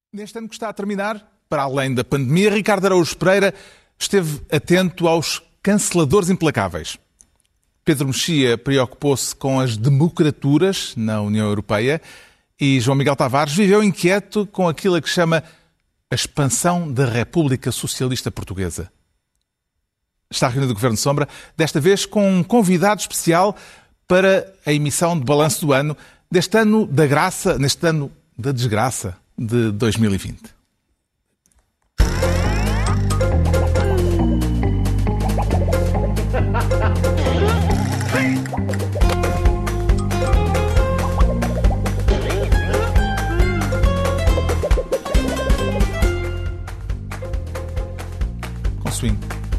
Neste ano que está a terminar, para além da pandemia, Ricardo Araújo Pereira esteve atento aos canceladores implacáveis. Pedro Mexia preocupou-se com as democraturas na União Europeia e João Miguel Tavares viveu inquieto com aquilo a que chama a expansão da República Socialista Portuguesa. Está reunido o Governo Sombra, desta vez com um convidado especial para a emissão de balanço do ano, deste ano da graça, neste ano da desgraça de 2020. Com swing.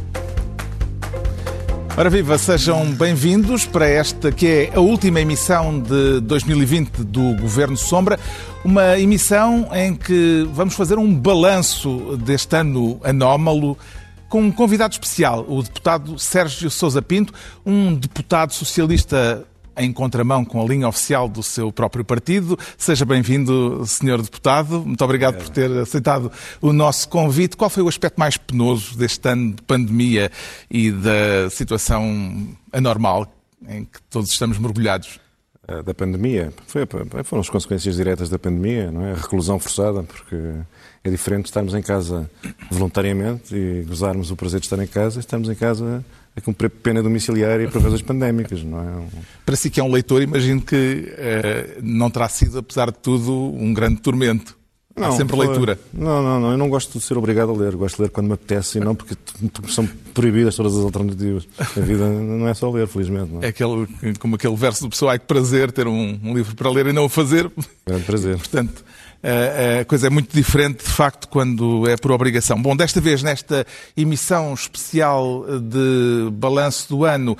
Ora viva, sejam bem-vindos para esta que é a última emissão de 2020 do Governo Sombra, uma emissão em que vamos fazer um balanço deste ano anómalo com um convidado especial, o deputado Sérgio Sousa Pinto, um deputado socialista em contramão com a linha oficial do seu próprio partido. Seja bem-vindo, Sr. Deputado. Muito obrigado por ter aceitado o nosso convite. Qual foi o aspecto mais penoso deste ano de pandemia e da situação anormal em que todos estamos mergulhados? Da pandemia? Foram as consequências diretas da pandemia, não é? A reclusão forçada, porque é diferente estarmos em casa voluntariamente e gozarmos o prazer de estar em casa e estarmos em casa a cumprir pena domiciliária por razões pandémicas, não é? Para si que é um leitor, imagino que não terá sido, apesar de tudo, um grande tormento. Há sempre leitura. Não, eu não gosto de ser obrigado a ler. Gosto de ler quando me apetece e não porque são proibidas todas as alternativas. A vida não é só ler, felizmente. Não é? É como aquele verso do Pessoa, ai que prazer ter um livro para ler e não o fazer. Grande prazer. Portanto, a coisa é muito diferente, de facto, quando é por obrigação. Bom, desta vez, nesta emissão especial de balanço do ano,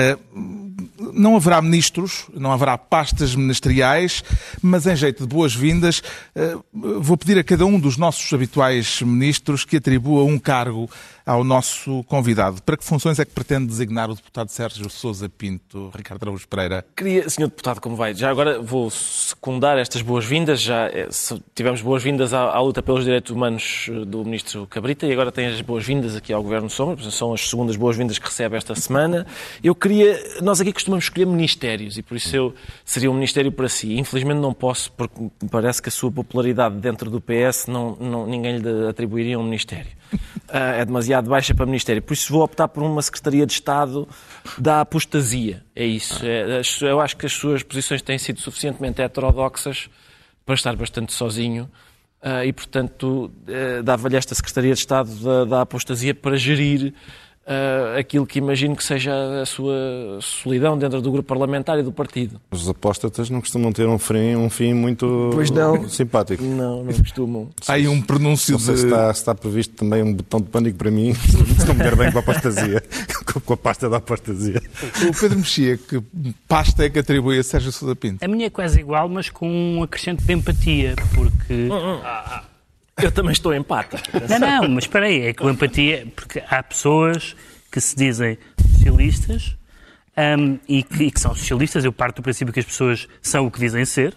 não haverá ministros, não haverá pastas ministeriais, mas em jeito de boas-vindas, vou pedir a cada um dos nossos habituais ministros que atribua um cargo ao nosso convidado. Para que funções é que pretende designar o deputado Sérgio Sousa Pinto, Ricardo Araújo Pereira? Senhor Deputado, como vai? Já agora vou secundar estas boas-vindas. Já tivemos boas-vindas à luta pelos direitos humanos do Ministro Cabrita e agora tem as boas-vindas aqui ao Governo Sombra. São as segundas boas-vindas que recebe esta semana. Nós aqui costumamos escolher ministérios e por isso seria um ministério para si. Infelizmente não posso, porque me parece que a sua popularidade dentro do PS ninguém lhe atribuiria um ministério. É demasiado baixa para ministério. Por isso vou optar por uma Secretaria de Estado da apostasia. É isso. Eu acho que as suas posições têm sido suficientemente heterodoxas para estar bastante sozinho e, portanto, dava-lhe esta Secretaria de Estado da apostasia para gerir aquilo que imagino que seja a sua solidão dentro do grupo parlamentar e do partido. Os apóstatas não costumam ter um fim muito simpático. Não costumam. Há aí um pronúncio se está previsto também um botão de pânico para mim, se não me der bem com a apostasia, com a pasta da apostasia. O Pedro Mexia, que pasta é que atribui a Sérgio Sousa Pinto? A minha é quase igual, mas com um acrescento de empatia, porque... Eu também estou empata. Não, mas espera aí, é que a empatia... Porque há pessoas que se dizem socialistas e que são socialistas, eu parto do princípio que as pessoas são o que dizem ser,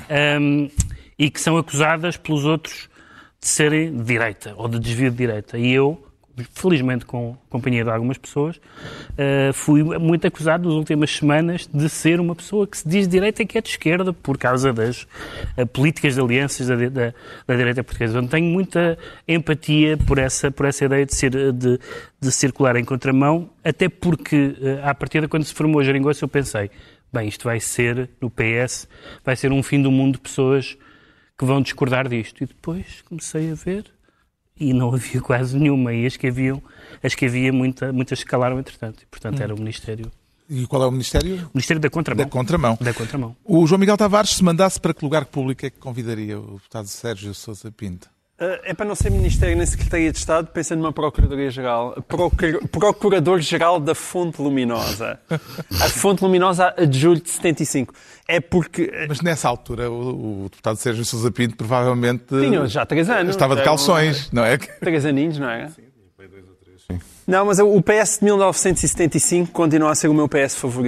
e que são acusadas pelos outros de serem de direita, ou de desvio de direita. E eu, felizmente com a companhia de algumas pessoas, fui muito acusado nas últimas semanas de ser uma pessoa que se diz de direita e que é de esquerda por causa das políticas de alianças da direita portuguesa. Eu tenho muita empatia por essa ideia de circular em contramão, até porque, à partida, quando se formou a geringonça, eu pensei, bem, isto vai ser, no PS, vai ser um fim do mundo de pessoas que vão discordar disto. E depois comecei a ver... E não havia quase nenhuma. E as que havia muitas escalaram, entretanto. E, portanto, era o Ministério... E qual é o Ministério? O Ministério da Contramão. Da contramão. O João Miguel Tavares, se mandasse para que lugar público é que convidaria o deputado Sérgio Sousa Pinto? É para não ser Ministério nem Secretaria de Estado, pensa numa Procuradoria-Geral. Procurador-Geral da Fonte Luminosa. A Fonte Luminosa a de julho de 75. É porque... Mas nessa altura o deputado Sérgio Sousa Pinto provavelmente... Tinha já 3 anos. Estava de calções, não é? 3 aninhos, não é? Sim, 2 ou 3. Sim. Não, mas o PS de 1975 continua a ser o meu PS favorito.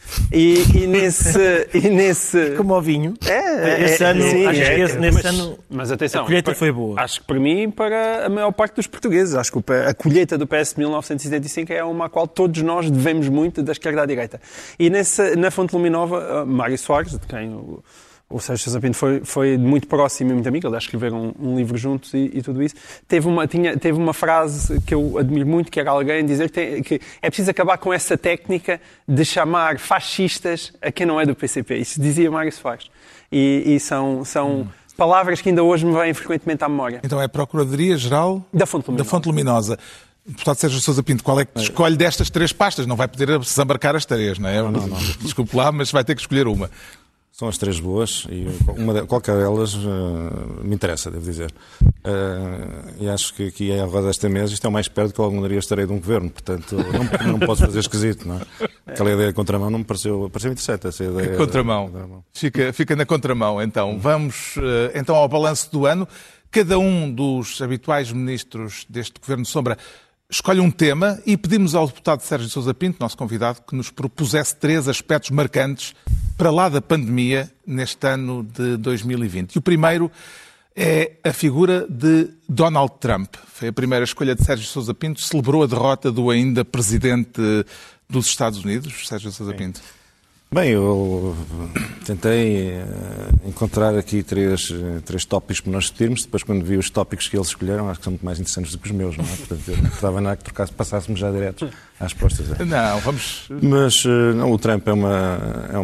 E nesse... Como ao vinho. Esse ano, sim, acho que nesse ano mas atenção, a colheita foi boa. Acho que para mim, para a maior parte dos portugueses, acho que a colheita do PS de 1975 é uma à qual todos nós devemos muito, da esquerda à direita. E na Fonte Luminova, Mário Soares, de quem o Sérgio Sousa Pinto foi muito próximo e muito amigo, eles escreveram um livro juntos e tudo isso, teve uma frase que eu admiro muito, que era alguém dizer que é preciso acabar com essa técnica de chamar fascistas a quem não é do PCP. Isso dizia Mário Soares. E são palavras que ainda hoje me vêm frequentemente à memória. Então é a Procuradoria-Geral da Fonte Luminosa. Deputado Sérgio Sousa Pinto, qual é que escolhe destas 3 pastas? Não vai poder desembarcar as 3, não é? Não. Desculpe lá, mas vai ter que escolher uma. São as 3 boas e qualquer delas me interessa, devo dizer. E acho que aqui à roda desta mesa isto é o mais perto que eu algum dia estarei de um governo, portanto não posso fazer esquisito, não é? Aquela ideia de contramão não me pareceu interessante. Essa ideia contramão. Fica na contramão, então. Vamos então ao balanço do ano. Cada um dos habituais ministros deste Governo Sombra escolhe um tema e pedimos ao deputado Sérgio Sousa Pinto, nosso convidado, que nos propusesse 3 aspectos marcantes para lá da pandemia neste ano de 2020. E o primeiro é a figura de Donald Trump. Foi a primeira escolha de Sérgio Sousa Pinto, celebrou a derrota do ainda presidente dos Estados Unidos, Sérgio Sousa Pinto. Bem, eu tentei encontrar aqui três tópicos para nós discutirmos. Depois, quando vi os tópicos que eles escolheram, acho que são muito mais interessantes do que os meus, não é? Portanto, eu não estava nada que passássemos já direto às respostas. Não, vamos... Mas não, o Trump é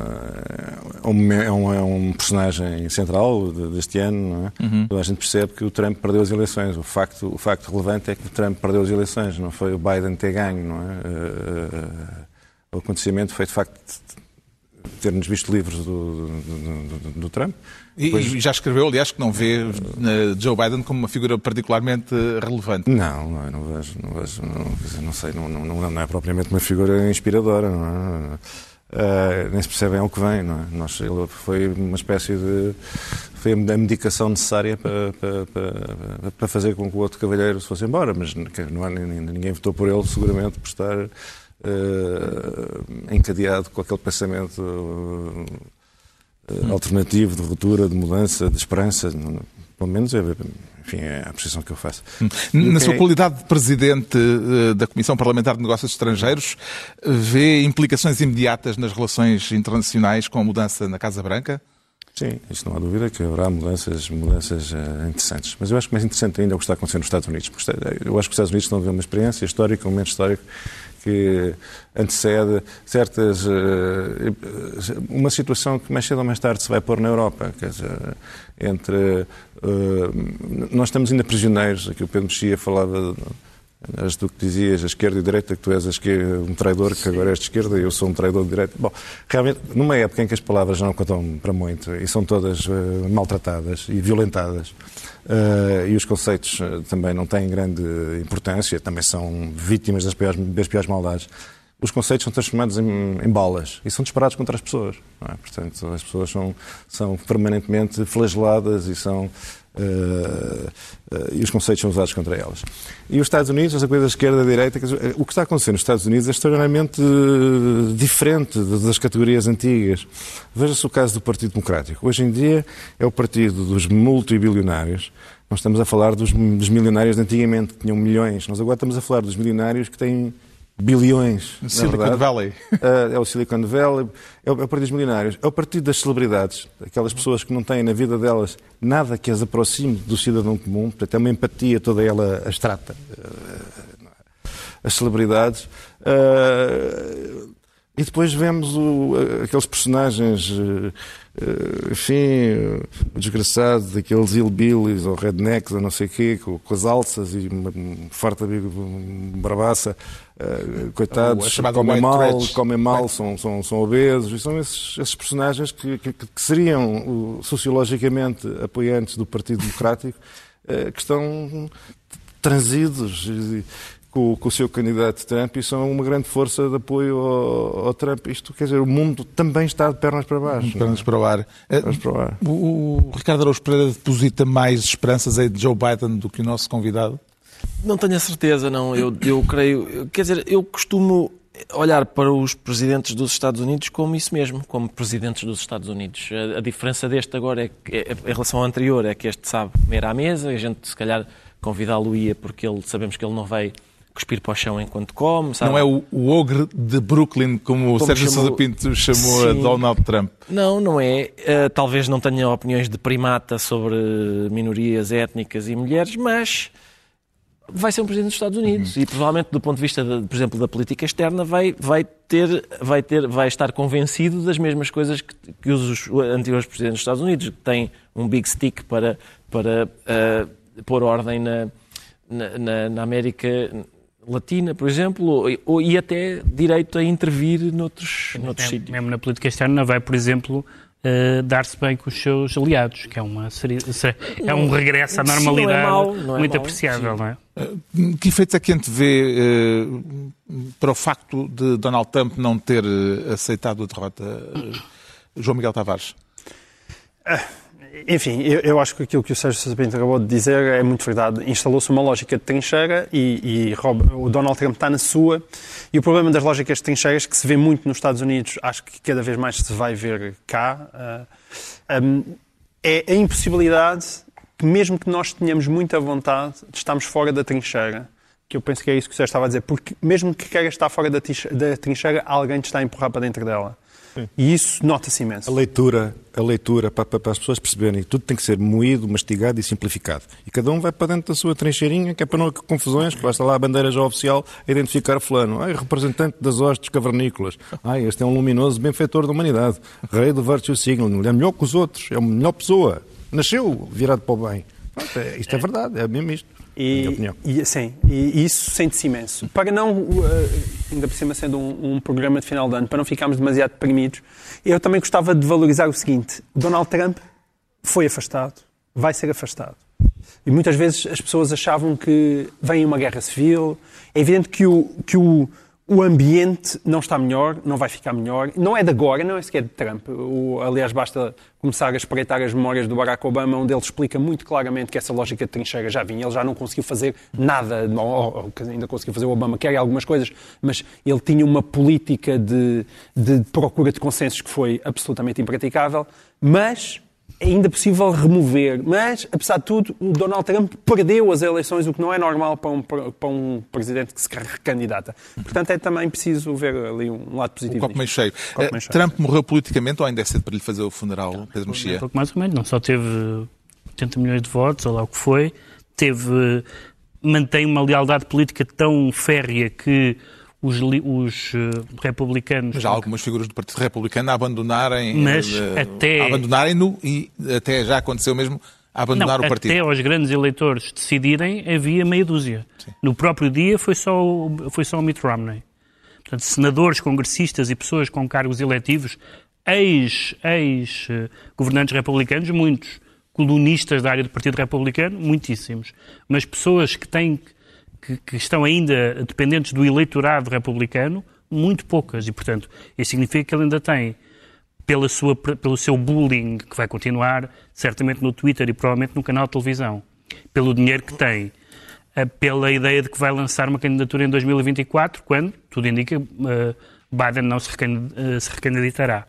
um personagem central deste ano, não é? Toda a gente percebe que o Trump perdeu as eleições. O facto relevante é que o Trump perdeu as eleições, não foi o Biden ter ganho, não é? O acontecimento foi, de facto, ter-nos visto livros do Trump. E já escreveu, aliás, que não vê Joe Biden como uma figura particularmente relevante. Não vejo, não sei, não é propriamente uma figura inspiradora, não é? Nem se percebem ao que vem, não é? Ele foi uma espécie de... Foi a medicação necessária para fazer com que o outro cavalheiro se fosse embora, mas ninguém votou por ele, seguramente, por estar... encadeado com aquele pensamento alternativo, de ruptura, de mudança, de esperança. Pelo menos é a apreciação que eu faço. Na sua qualidade de presidente da Comissão Parlamentar de Negócios Estrangeiros, vê implicações imediatas nas relações internacionais com a mudança na Casa Branca? Sim, isso não há dúvida que haverá mudanças interessantes. Mas eu acho que mais interessante ainda é o que está acontecendo nos Estados Unidos. Porque eu acho que os Estados Unidos estão a viver uma experiência histórica, um momento histórico que antecede uma situação que mais cedo ou mais tarde se vai pôr na Europa. Quer dizer, nós estamos ainda prisioneiros, aqui o Pedro Mexia falava... Eras tu que dizias, a esquerda e a direita, que tu és um traidor, que agora és de esquerda e eu sou um traidor de direita. Bom, realmente, numa época em que as palavras já não contam para muito e são todas maltratadas e violentadas, e os conceitos também não têm grande importância, também são vítimas das piores maldades, os conceitos são transformados em balas e são disparados contra as pessoas. Não é? Portanto, as pessoas são permanentemente flageladas e os conceitos são usados contra elas. E os Estados Unidos, essa coisa da esquerda e da direita, o que está acontecendo nos Estados Unidos é extraordinariamente diferente das categorias antigas. Veja-se o caso do Partido Democrático. Hoje em dia é o partido dos multibilionários. Nós estamos a falar dos milionários de antigamente, que tinham milhões. Nós agora estamos a falar dos milionários que têm bilhões. Silicon Valley. É o Silicon Valley, é o partido dos milionários, é o partido das celebridades, aquelas pessoas que não têm na vida delas nada que as aproxime do cidadão comum, portanto é uma empatia toda ela abstrata. As celebridades. E depois vemos aqueles personagens, enfim, o desgraçado daqueles hillbillies ou rednecks ou não sei o quê, com as alças e uma farta bravaça, coitados, comem mal, são obesos, e são esses personagens que seriam sociologicamente apoiantes do Partido Democrático, que estão transidos com o seu candidato Trump e são uma grande força de apoio ao Trump. Isto quer dizer, o mundo também está de pernas para baixo. Pernas para o ar. O Ricardo Araújo Pereira deposita mais esperanças aí de Joe Biden do que o nosso convidado? Não tenho a certeza, não. Eu creio... Quer dizer, eu costumo olhar para os presidentes dos Estados Unidos como isso mesmo, como presidentes dos Estados Unidos. A diferença deste agora, em relação ao anterior, é que este sabe comer à mesa, a gente se calhar convidá-lo-ia porque sabemos que ele não vai cuspir para o chão enquanto come. Sabe? Não é o ogre de Brooklyn, como o Sérgio Sousa Pinto chamou a Donald Trump. Não é. Talvez não tenha opiniões de primata sobre minorias étnicas e mulheres, mas vai ser um presidente dos Estados Unidos e provavelmente do ponto de vista, por exemplo, da política externa, vai estar convencido das mesmas coisas que os anteriores presidentes dos Estados Unidos, que têm um big stick para pôr ordem na América Latina, por exemplo, e até direito a intervir noutros sítios. Mesmo na política externa vai, por exemplo, dar-se bem com os seus aliados, que é um regresso à normalidade muito apreciável, não é? Que efeitos é que antevê para o facto de Donald Trump não ter aceitado a derrota, João Miguel Tavares? Enfim, eu acho que aquilo que o Sérgio Sousa Pinto acabou de dizer é muito verdade. Instalou-se uma lógica de trincheira e o Donald Trump está na sua. E o problema das lógicas de trincheiras, que se vê muito nos Estados Unidos, acho que cada vez mais se vai ver cá, é a impossibilidade que, mesmo que nós tenhamos muita vontade, estamos fora da trincheira. Que eu penso que é isso que o Sérgio estava a dizer. Porque mesmo que queira estar fora da trincheira, alguém te está a empurrar para dentro dela. Sim. E isso nota-se imenso. A leitura para as pessoas perceberem, tudo tem que ser moído, mastigado e simplificado. E cada um vai para dentro da sua trincheirinha, que é para não haver confusões, que basta lá a bandeira já oficial a identificar fulano. Representante das hostes cavernícolas. Este é um luminoso benfeitor da humanidade. Rei do Virtue Signaling. Ele é melhor que os outros, é a melhor pessoa. Nasceu virado para o bem. Isto é verdade, é mesmo isto. Sim, e isso sente-se imenso. Para não, ainda por cima sendo um programa de final de ano, para não ficarmos demasiado deprimidos, eu também gostava de valorizar o seguinte: Donald Trump foi afastado, vai ser afastado. E muitas vezes as pessoas achavam que vem uma guerra civil. É evidente que o ambiente não está melhor, não vai ficar melhor. Não é de agora, não é sequer de Trump. Aliás, basta começar a espreitar as memórias do Barack Obama, onde ele explica muito claramente que essa lógica de trincheira já vinha. Ele já não conseguiu fazer nada, ainda conseguiu fazer o Obamacare e algumas coisas, mas ele tinha uma política de procura de consensos que foi absolutamente impraticável, mas ainda possível remover. Mas, apesar de tudo, o Donald Trump perdeu as eleições, o que não é normal para um presidente que se recandidata. Portanto, é também preciso ver ali um lado positivo. O copo meio cheio. Trump morreu politicamente ou ainda é cedo para lhe fazer o funeral, Pedro Mexia? Um pouco mais ou menos. Não só teve 80 milhões de votos, ou lá o que foi, mantém uma lealdade política tão férrea que os republicanos... Mas há algumas figuras do Partido Republicano a abandonarem... Abandonarem-no e até já aconteceu mesmo a abandonar o partido. Até aos grandes eleitores decidirem havia meia dúzia. Sim. No próprio dia foi só o Mitt Romney. Portanto, senadores, congressistas e pessoas com cargos eletivos, ex-governantes republicanos, muitos. Colunistas da área do Partido Republicano, muitíssimos. Mas pessoas que estão ainda dependentes do eleitorado republicano, muito poucas. E, portanto, isso significa que ele ainda tem, pelo seu bullying, que vai continuar, certamente no Twitter e provavelmente no canal de televisão, pelo dinheiro que tem, pela ideia de que vai lançar uma candidatura em 2024, quando, tudo indica, Biden não se recandidatará.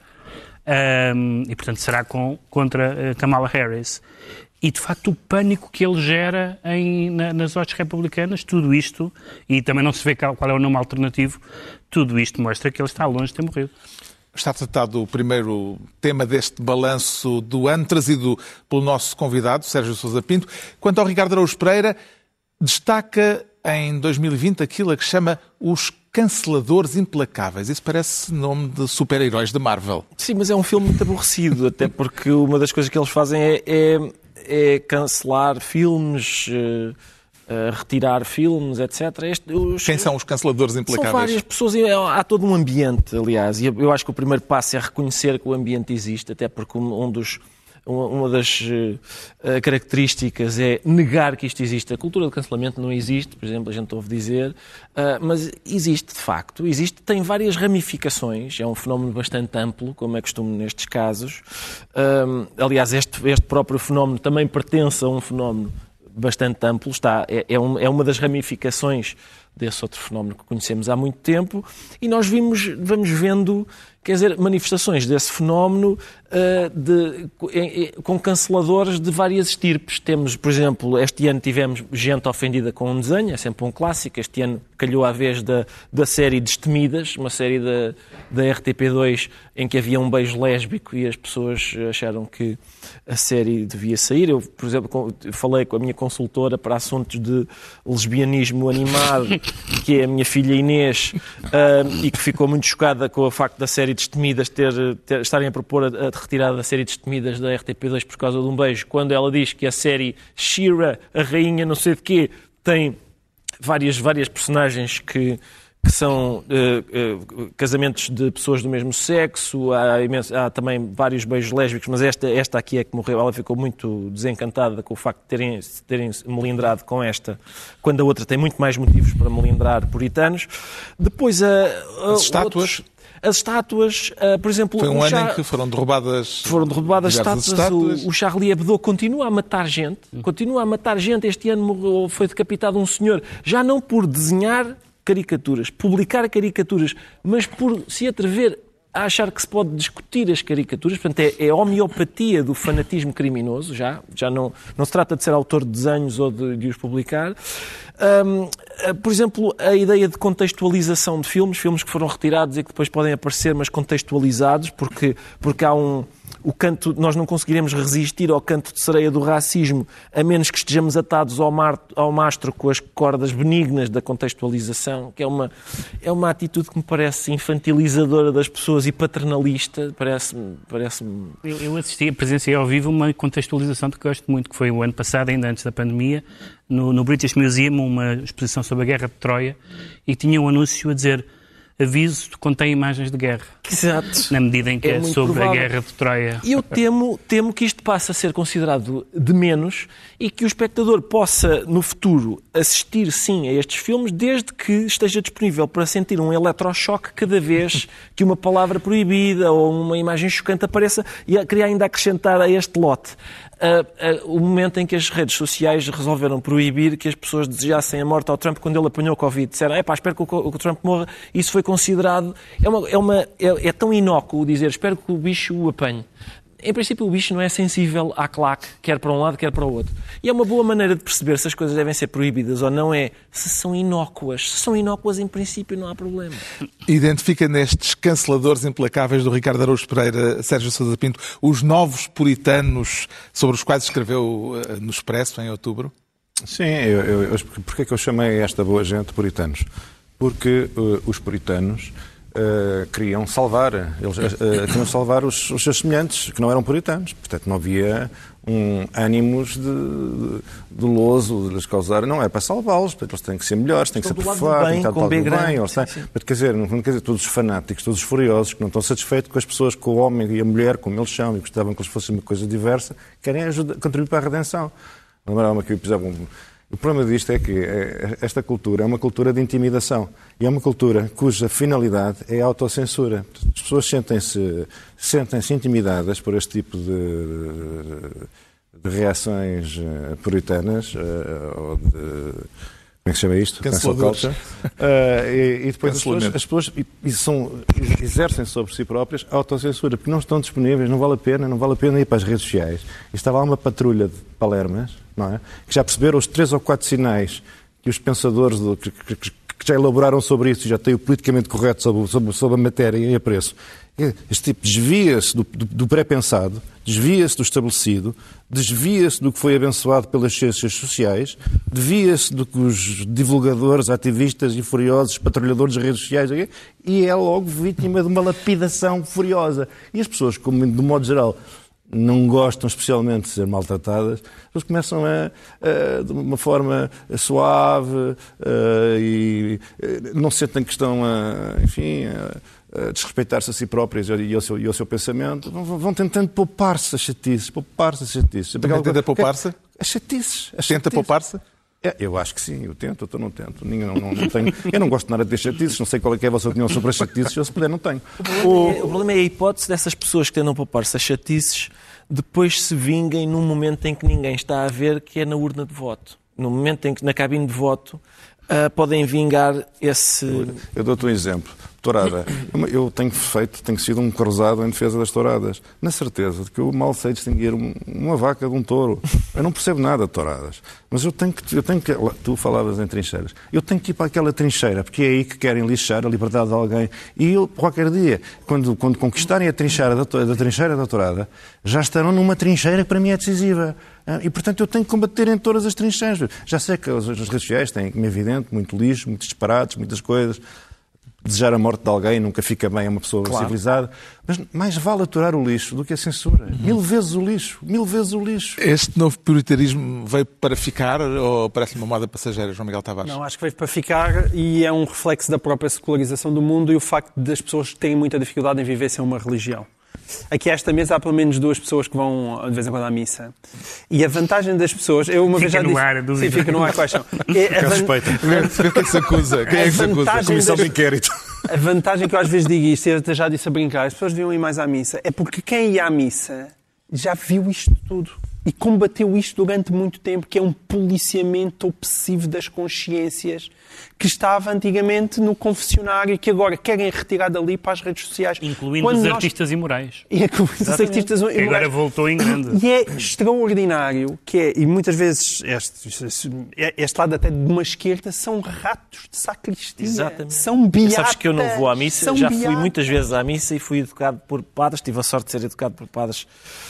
E, portanto, será contra Kamala Harris. E, de facto, o pânico que ele gera nas hostes republicanas, tudo isto, e também não se vê qual é o nome alternativo, tudo isto mostra que ele está longe de ter morrido. Está tratado o primeiro tema deste balanço do ano, trazido pelo nosso convidado, Sérgio Sousa Pinto. Quanto ao Ricardo Araújo Pereira, destaca em 2020 aquilo a que chama os Canceladores Implacáveis. Isso parece nome de super-heróis da Marvel. Sim, mas é um filme muito aborrecido, até porque uma das coisas que eles fazem é cancelar filmes, retirar filmes, etc. Quem são os Canceladores Implacáveis? São várias pessoas, há todo um ambiente, aliás, e eu acho que o primeiro passo é reconhecer que o ambiente existe, até porque uma das características é negar que isto existe. A cultura do cancelamento não existe, por exemplo, a gente ouve dizer, mas existe de facto, tem várias ramificações, é um fenómeno bastante amplo, como é costume nestes casos. Aliás, este próprio fenómeno também pertence a um fenómeno bastante amplo, é uma das ramificações desse outro fenómeno que conhecemos há muito tempo, e nós vamos vendo, quer dizer, manifestações desse fenómeno com canceladores de várias estirpes. Temos, por exemplo, este ano tivemos gente ofendida com um desenho, é sempre um clássico. Este ano calhou à vez da série Destemidas, uma série da RTP2 em que havia um beijo lésbico e as pessoas acharam que a série devia sair. Eu, por exemplo, falei com a minha consultora para assuntos de lesbianismo animado, que é a minha filha Inês, e que ficou muito chocada com o facto da série Destemidas estarem a propor a retirada da série Destemidas da RTP2 por causa de um beijo, quando ela diz que a série She-Ra, a rainha não sei de quê, tem várias personagens que são casamentos de pessoas do mesmo sexo, há também vários beijos lésbicos, mas esta aqui é que morreu. Ela ficou muito desencantada com o facto de terem melindrado com esta, quando a outra tem muito mais motivos para melindrar puritanos. Depois as estátuas. As estátuas, por exemplo... Foi um ano em que foram derrubadas estátuas. O Charlie Hebdo continua a matar gente. Este ano foi decapitado um senhor, já não por desenhar caricaturas, publicar caricaturas, mas por se atrever a achar que se pode discutir as caricaturas. Portanto, é a homeopatia do fanatismo criminoso, já não se trata de ser autor de desenhos ou de os publicar. Por exemplo, a ideia de contextualização de filmes que foram retirados e que depois podem aparecer, mas contextualizados, porque há o canto, nós não conseguiremos resistir ao canto de sereia do racismo a menos que estejamos atados ao mastro com as cordas benignas da contextualização, que é uma atitude que me parece infantilizadora das pessoas e paternalista. Parece-me... Eu presenciei ao vivo uma contextualização que gosto muito, que foi o ano passado, ainda antes da pandemia, no British Museum, uma exposição sobre a Guerra de Troia, e tinha um anúncio a dizer: aviso, contém imagens de guerra. Exato. Na medida em que é sobre provável. A Guerra de Troia. E eu temo que isto passe a ser considerado de menos e que o espectador possa, no futuro, assistir sim a estes filmes, desde que esteja disponível para sentir um eletrochoque cada vez que uma palavra proibida ou uma imagem chocante apareça, e queria ainda acrescentar a este lote o momento em que as redes sociais resolveram proibir que as pessoas desejassem a morte ao Trump quando ele apanhou o Covid. Disseram: espero que o Trump morra. Isso foi considerado... É tão inócuo dizer espero que o bicho o apanhe. Em princípio, o bicho não é sensível à claque, quer para um lado, quer para o outro. E é uma boa maneira de perceber se as coisas devem ser proibidas ou não se são inócuas. Se são inócuas, em princípio, não há problema. Identifica nestes canceladores implacáveis do Ricardo Araújo Pereira, Sérgio Sousa Pinto, os novos puritanos sobre os quais escreveu no Expresso, em outubro? Sim, porque é que eu chamei esta boa gente puritanos? Porque os puritanos... queriam salvar os seus semelhantes, que não eram puritanos. Portanto, não havia ânimos doloso de lhes causar. Não é para salvá-los, eles têm que ser melhores, têm que ser perfeitos, têm que estar do bem. Quer dizer, todos os fanáticos, todos os furiosos que não estão satisfeitos com as pessoas, com o homem e a mulher, como eles são, e gostavam que eles fossem uma coisa diversa, querem contribuir para a redenção. Lembrava-me que o problema disto é que esta cultura é uma cultura de intimidação e é uma cultura cuja finalidade é a autocensura. As pessoas sentem-se intimidadas por este tipo de reações puritanas ou de... Como é que se chama isto? Cancel culture. E depois as pessoas exercem sobre si próprias a autocensura, porque não estão disponíveis, não vale a pena ir para as redes sociais. E estava lá uma patrulha de palermas, não é? Que já perceberam os 3 ou 4 sinais que os pensadores que já elaboraram sobre isso e já têm o politicamente correto sobre a matéria e apreço. Este tipo desvia-se do pré-pensado, desvia-se do estabelecido, desvia-se do que foi abençoado pelas ciências sociais, desvia-se do que os divulgadores, ativistas e furiosos, patrulhadores das redes sociais, e é logo vítima de uma lapidação furiosa. E as pessoas, como de modo geral não gostam especialmente de ser maltratadas, eles começam de uma forma suave e não sentem que estão a desrespeitar-se a si próprios e ao seu pensamento, vão tentando poupar-se a chatices. Também tenta poupar-se? As chatices. Tenta poupar-se? Eu acho que sim, eu tento, eu não tento. Não tenho. Eu não gosto nada de ter chatices, não sei qual é que é a vossa opinião sobre as chatices, eu se puder não tenho. O problema é a hipótese dessas pessoas que tentam poupar-se as chatices depois se vinguem num momento em que ninguém está a ver, que é na urna de voto. No momento em que, na cabine de voto, podem vingar esse... Eu dou-te um exemplo. Tourada. Eu tenho sido um cruzado em defesa das touradas, na certeza de que eu mal sei distinguir uma vaca de um touro. Eu não percebo nada de touradas. Mas eu tenho que... Tu falavas em trincheiras. Eu tenho que ir para aquela trincheira, porque é aí que querem lixar a liberdade de alguém. E eu, qualquer dia, quando conquistarem a trincheira da trincheira da tourada, já estarão numa trincheira que para mim é decisiva. E, portanto, eu tenho que combater em todas as trincheiras. Já sei que as redes sociais têm, como é evidente, muito lixo, muitos disparates, muitas coisas. Desejar a morte de alguém nunca fica bem a uma pessoa civilizada. Mas mais vale aturar o lixo do que a censura. 1000 vezes o lixo. 1000 vezes o lixo. Este novo puritarismo veio para ficar ou parece uma moda passageira, João Miguel Tavares? Não, acho que veio para ficar e é um reflexo da própria secularização do mundo e o facto das pessoas terem muita dificuldade em viver sem uma religião. Aqui a esta mesa há pelo menos 2 pessoas que vão de vez em quando à missa. E a vantagem das pessoas... Eu uma vez já disse... Sim, fica no ar, quais são? Respeita. Quem se acusa? Quem é que se acusa? A comissão de inquérito. A vantagem que eu às vezes digo isto, eu até já disse a brincar, as pessoas deviam ir mais à missa, é porque quem ia à missa já viu isto tudo. E combateu isto durante muito tempo, que é um policiamento obsessivo das consciências que estava antigamente no confessionário e que agora querem retirar dali para as redes sociais. Incluindo os artistas imorais. Incluindo os artistas imorais. Que agora voltou em grande. E é extraordinário que é, e muitas vezes este lado até de uma esquerda são ratos de sacristia. Exatamente. São beatas. Sabes que eu não vou à missa, já fui muitas vezes à missa e fui educado por padres, tive a sorte de ser educado por padres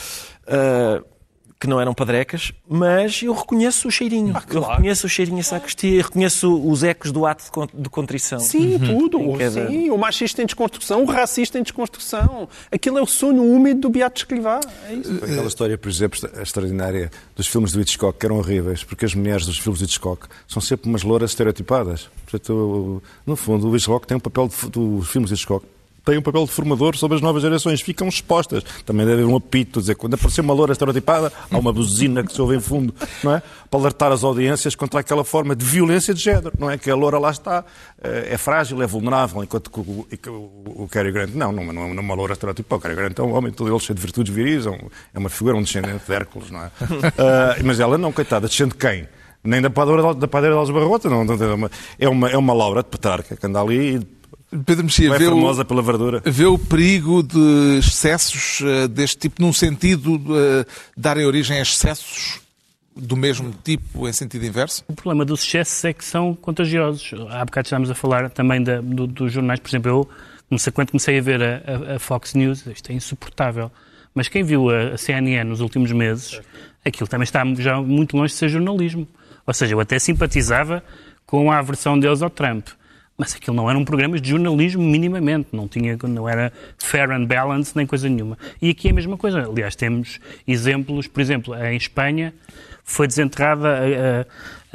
que não eram padrecas, mas eu reconheço o cheirinho. Claro. Eu reconheço o cheirinho a sacristia, reconheço os ecos do ato de contrição. Sim, tudo. Sim, o machista em desconstrução, o racista em desconstrução. Aquilo é o sono úmido do Beato Escrivá. É isso. Aquela história, por exemplo, extraordinária dos filmes do Hitchcock, que eram horríveis, porque as mulheres dos filmes do Hitchcock são sempre umas louras estereotipadas. Portanto, no fundo, o Hitchcock tem um papel dos filmes do Hitchcock. Tem um papel de formador sobre as novas gerações. Ficam expostas. Também deve haver um apito, dizer, quando aparecer uma loura estereotipada, há uma buzina que se ouve em fundo, não é? Para alertar as audiências contra aquela forma de violência de género, não é? Que a loura lá está, é frágil, é vulnerável, enquanto que o Cary Grant, não é uma loura estereotipada. O Cary Grant é um homem todo ele cheio de virtudes viris, é uma figura, um descendente de Hércules, não é? Mas ela não, coitada, descende de quem? Nem da padeira de Alves Barrota, não. É uma Laura de Petrarca que anda ali e... Pedro Mexia, famosa pela verdura. Vê o perigo de excessos deste tipo, num sentido de darem origem a excessos do mesmo tipo, em sentido inverso? O problema dos excessos é que são contagiosos. Há bocado estávamos a falar também dos jornais. Por exemplo, eu, quando comecei a ver a Fox News, isto é insuportável. Mas quem viu a CNN nos últimos meses, aquilo também está já muito longe de ser jornalismo. Ou seja, eu até simpatizava com a aversão deles ao Trump. Mas aquilo não eram programas de jornalismo minimamente, não era fair and balanced nem coisa nenhuma. E aqui é a mesma coisa. Aliás, temos exemplos, por exemplo, em Espanha foi desenterrada,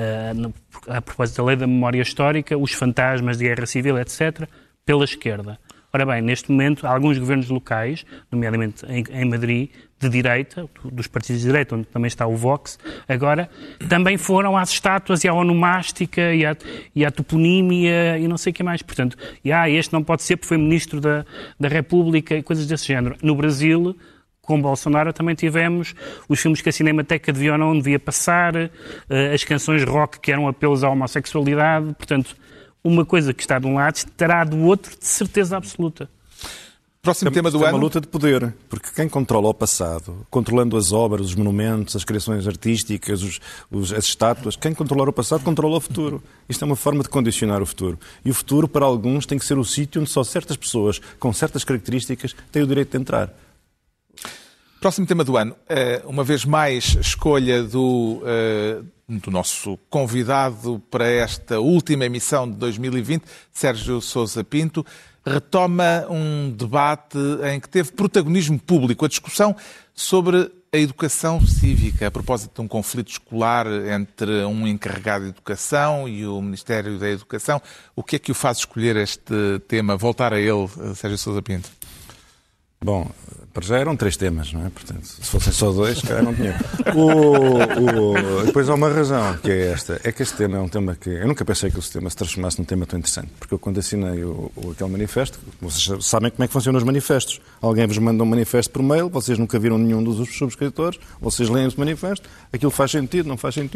a propósito da lei da memória histórica, os fantasmas de guerra civil, etc., pela esquerda. Ora bem, neste momento, alguns governos locais, nomeadamente em Madrid, de direita, dos partidos de direita, onde também está o Vox, agora, também foram às estátuas e à onomástica e à toponímia e não sei o que mais. Portanto, este não pode ser porque foi Ministro da República e coisas desse género. No Brasil, com Bolsonaro, também tivemos os filmes que a Cinemateca devia ou não devia passar, as canções rock que eram apelos à homossexualidade. Portanto, uma coisa que está de um lado estará do outro de certeza absoluta. Próximo tema do ano. É uma luta de poder, porque quem controla o passado, controlando as obras, os monumentos, as criações artísticas, as estátuas, quem controlar o passado controla o futuro. Isto é uma forma de condicionar o futuro. E o futuro, para alguns, tem que ser o sítio onde só certas pessoas, com certas características, têm o direito de entrar. Próximo tema do ano. Uma vez mais, escolha do nosso convidado para esta última emissão de 2020, Sérgio Sousa Pinto, retoma um debate em que teve protagonismo público, a discussão sobre a educação cívica, a propósito de um conflito escolar entre um encarregado de educação e o Ministério da Educação. O que é que o faz escolher este tema? Voltar a ele, Sérgio Sousa Pinto. Bom, para já eram 3 temas, não é? Portanto, se fossem só 2, cara, não tinha. Depois há uma razão, que é esta. É que este tema é um tema que... Eu nunca pensei que este tema se transformasse num tema tão interessante. Porque eu, quando assinei aquele manifesto, vocês sabem como é que funcionam os manifestos. Alguém vos manda um manifesto por mail, vocês nunca viram nenhum dos subscritores, vocês leem esse manifesto, aquilo faz sentido, não faz sentido.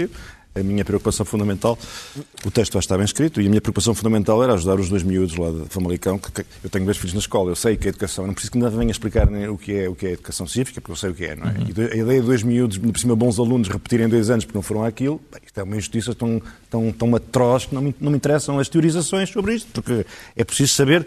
a minha preocupação fundamental, o texto já está bem escrito, e a minha preocupação fundamental era ajudar os 2 miúdos lá de Famalicão, que eu tenho 2 filhos na escola, eu sei que é educação, não preciso que me venha explicar o que é educação cívica, porque eu sei o que é, não é? E a ideia de 2 miúdos, por cima bons alunos, repetirem 2 anos porque não foram àquilo, isto é uma injustiça tão atroz que não me interessam as teorizações sobre isto, porque é preciso saber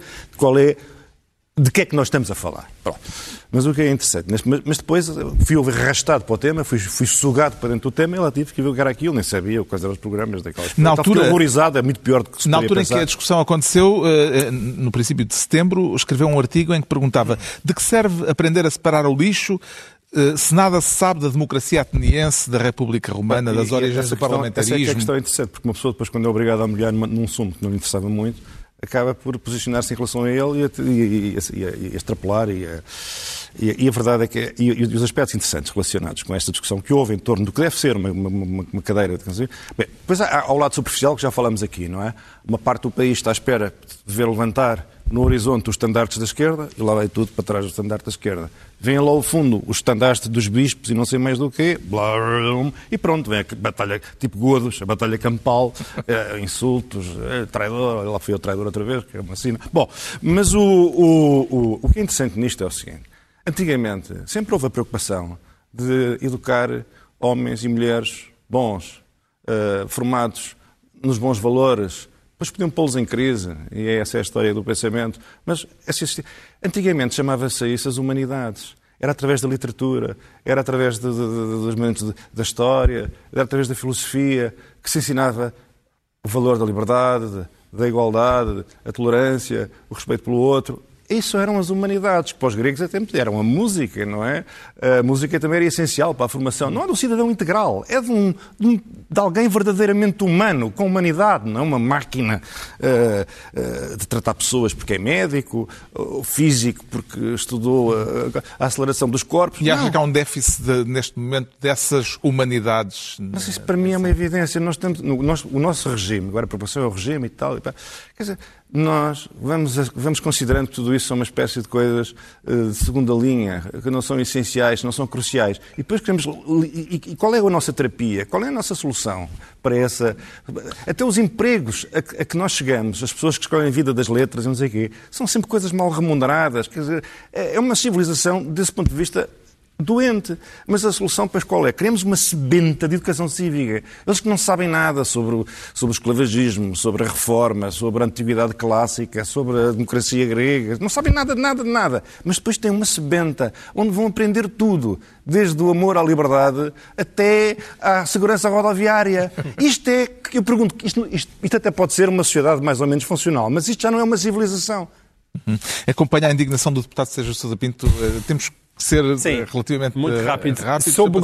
de que é que nós estamos a falar. Pronto. Mas o que é interessante, mas depois fui arrastado para o tema, fui sugado para dentro do tema e lá tive que ver aquilo, nem sabia quais eram os programas daquelas. Na altura, fiquei horrorizado, é muito pior do que se na poderia altura pensar. em que a discussão aconteceu, no princípio de setembro, escreveu um artigo em que perguntava de que serve aprender a separar o lixo se nada se sabe da democracia ateniense, da República Romana, das origens do parlamentarismo. Essa é a questão interessante, porque uma pessoa depois, quando é obrigada a mergulhar num sumo que não lhe interessava muito, acaba por posicionar-se em relação a ele e extrapolar. E a verdade é que e os aspectos interessantes relacionados com esta discussão que houve em torno do que deve ser uma cadeira de canção. Bem, depois há ao lado superficial, que já falamos aqui, não é? Uma parte do país está à espera de ver levantar no horizonte os estandartes da esquerda e lá vai tudo para trás do estandarte da esquerda. Vem lá ao fundo os estandartes dos bispos e não sei mais do quê, e pronto, vem a batalha tipo Godos, a batalha campal, insultos, traidor, lá foi o traidor outra vez, que é uma sina. Bom, mas o que é interessante nisto é o seguinte: antigamente sempre houve a preocupação de educar homens e mulheres bons, formados nos bons valores. Depois podiam pô-los em crise, e essa é a história do pensamento. Mas antigamente chamava-se isso as humanidades. Era através da literatura, era através dos momentos da história, era através da filosofia que se ensinava o valor da liberdade, da igualdade, a tolerância, o respeito pelo outro. Isso eram as humanidades, que para os gregos até eram a música, não é? A música também era essencial para a formação. Não é do cidadão integral, é de alguém verdadeiramente humano, com humanidade, não é uma máquina de tratar pessoas porque é médico, físico porque estudou a aceleração dos corpos. E acha que há um déficit, neste momento, dessas humanidades? Mas isso para mim é uma evidência. O nosso regime, agora a preocupação é o regime e tal, quer dizer, nós vamos considerando que tudo isso são uma espécie de coisas de segunda linha, que não são essenciais, não são cruciais. E depois queremos... E qual é a nossa terapia? Qual é a nossa solução para essa... Até os empregos a que nós chegamos, as pessoas que escolhem a vida das letras e não sei o quê, são sempre coisas mal remuneradas. Quer dizer, é uma civilização, desse ponto de vista, doente. Mas a solução, pois, qual é? Queremos uma sebenta de educação cívica. Eles que não sabem nada sobre o esclavagismo, sobre a reforma, sobre a antiguidade clássica, sobre a democracia grega. Não sabem nada de nada. Mas depois têm uma sebenta onde vão aprender tudo, desde o amor à liberdade até à segurança rodoviária. Isto é, eu pergunto, isto até pode ser uma sociedade mais ou menos funcional, mas isto já não é uma civilização. Acompanha a indignação do deputado Sérgio Sousa Pinto. Temos que ser relativamente muito rápido. Sobre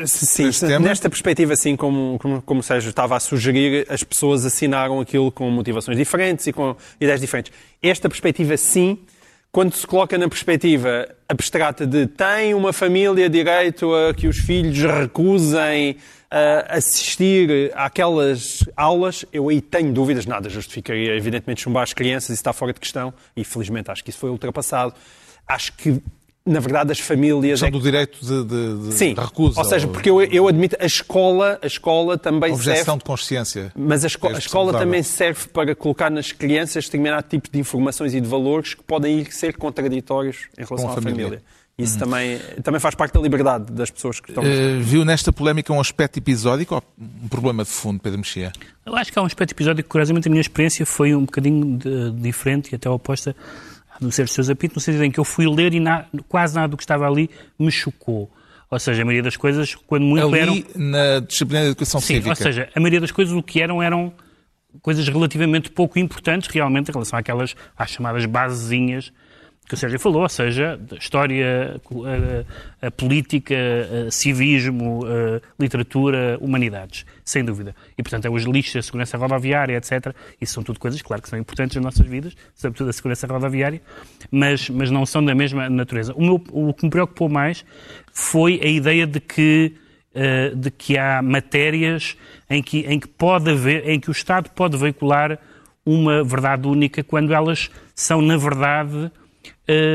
nesta perspectiva, assim como o Sérgio estava a sugerir, as pessoas assinaram aquilo com motivações diferentes e com ideias diferentes. Esta perspectiva, sim, quando se coloca na perspectiva abstrata de tem uma família direito a que os filhos recusem assistir àquelas aulas, eu aí tenho dúvidas, nada justificaria, evidentemente, chumbar as crianças, isso está fora de questão, e felizmente acho que isso foi ultrapassado. Acho que, na verdade, as famílias... do direito de recusa. Ou seja, porque eu admito, a escola também serve... Objeção de consciência. Mas a escola também serve para colocar nas crianças determinado tipo de informações e de valores que podem ser contraditórios em relação à família. Isso também faz parte da liberdade das pessoas que estão... Viu nesta polémica um aspecto episódico ou um problema de fundo, Pedro Mexia? Eu acho que há um aspecto episódico que, curiosamente, a minha experiência foi um bocadinho diferente e até oposta do Sérgio Sousa Pinto, no sentido em que eu fui ler e quase nada do que estava ali me chocou. Ou seja, a maioria das coisas, quando muito ali, eram... na disciplina de educação cívica. Ou seja, a maioria das coisas, o que eram coisas relativamente pouco importantes, realmente, em relação às chamadas basezinhas que o Sérgio falou, ou seja, história, a política, civismo, literatura, humanidades, sem dúvida. E, portanto, os lixos, a segurança rodoviária, etc. Isso são tudo coisas, claro, que são importantes nas nossas vidas, sobretudo a segurança rodoviária, mas não são da mesma natureza. O que me preocupou mais foi a ideia de que há matérias em que o Estado pode veicular uma verdade única quando elas são, na verdade,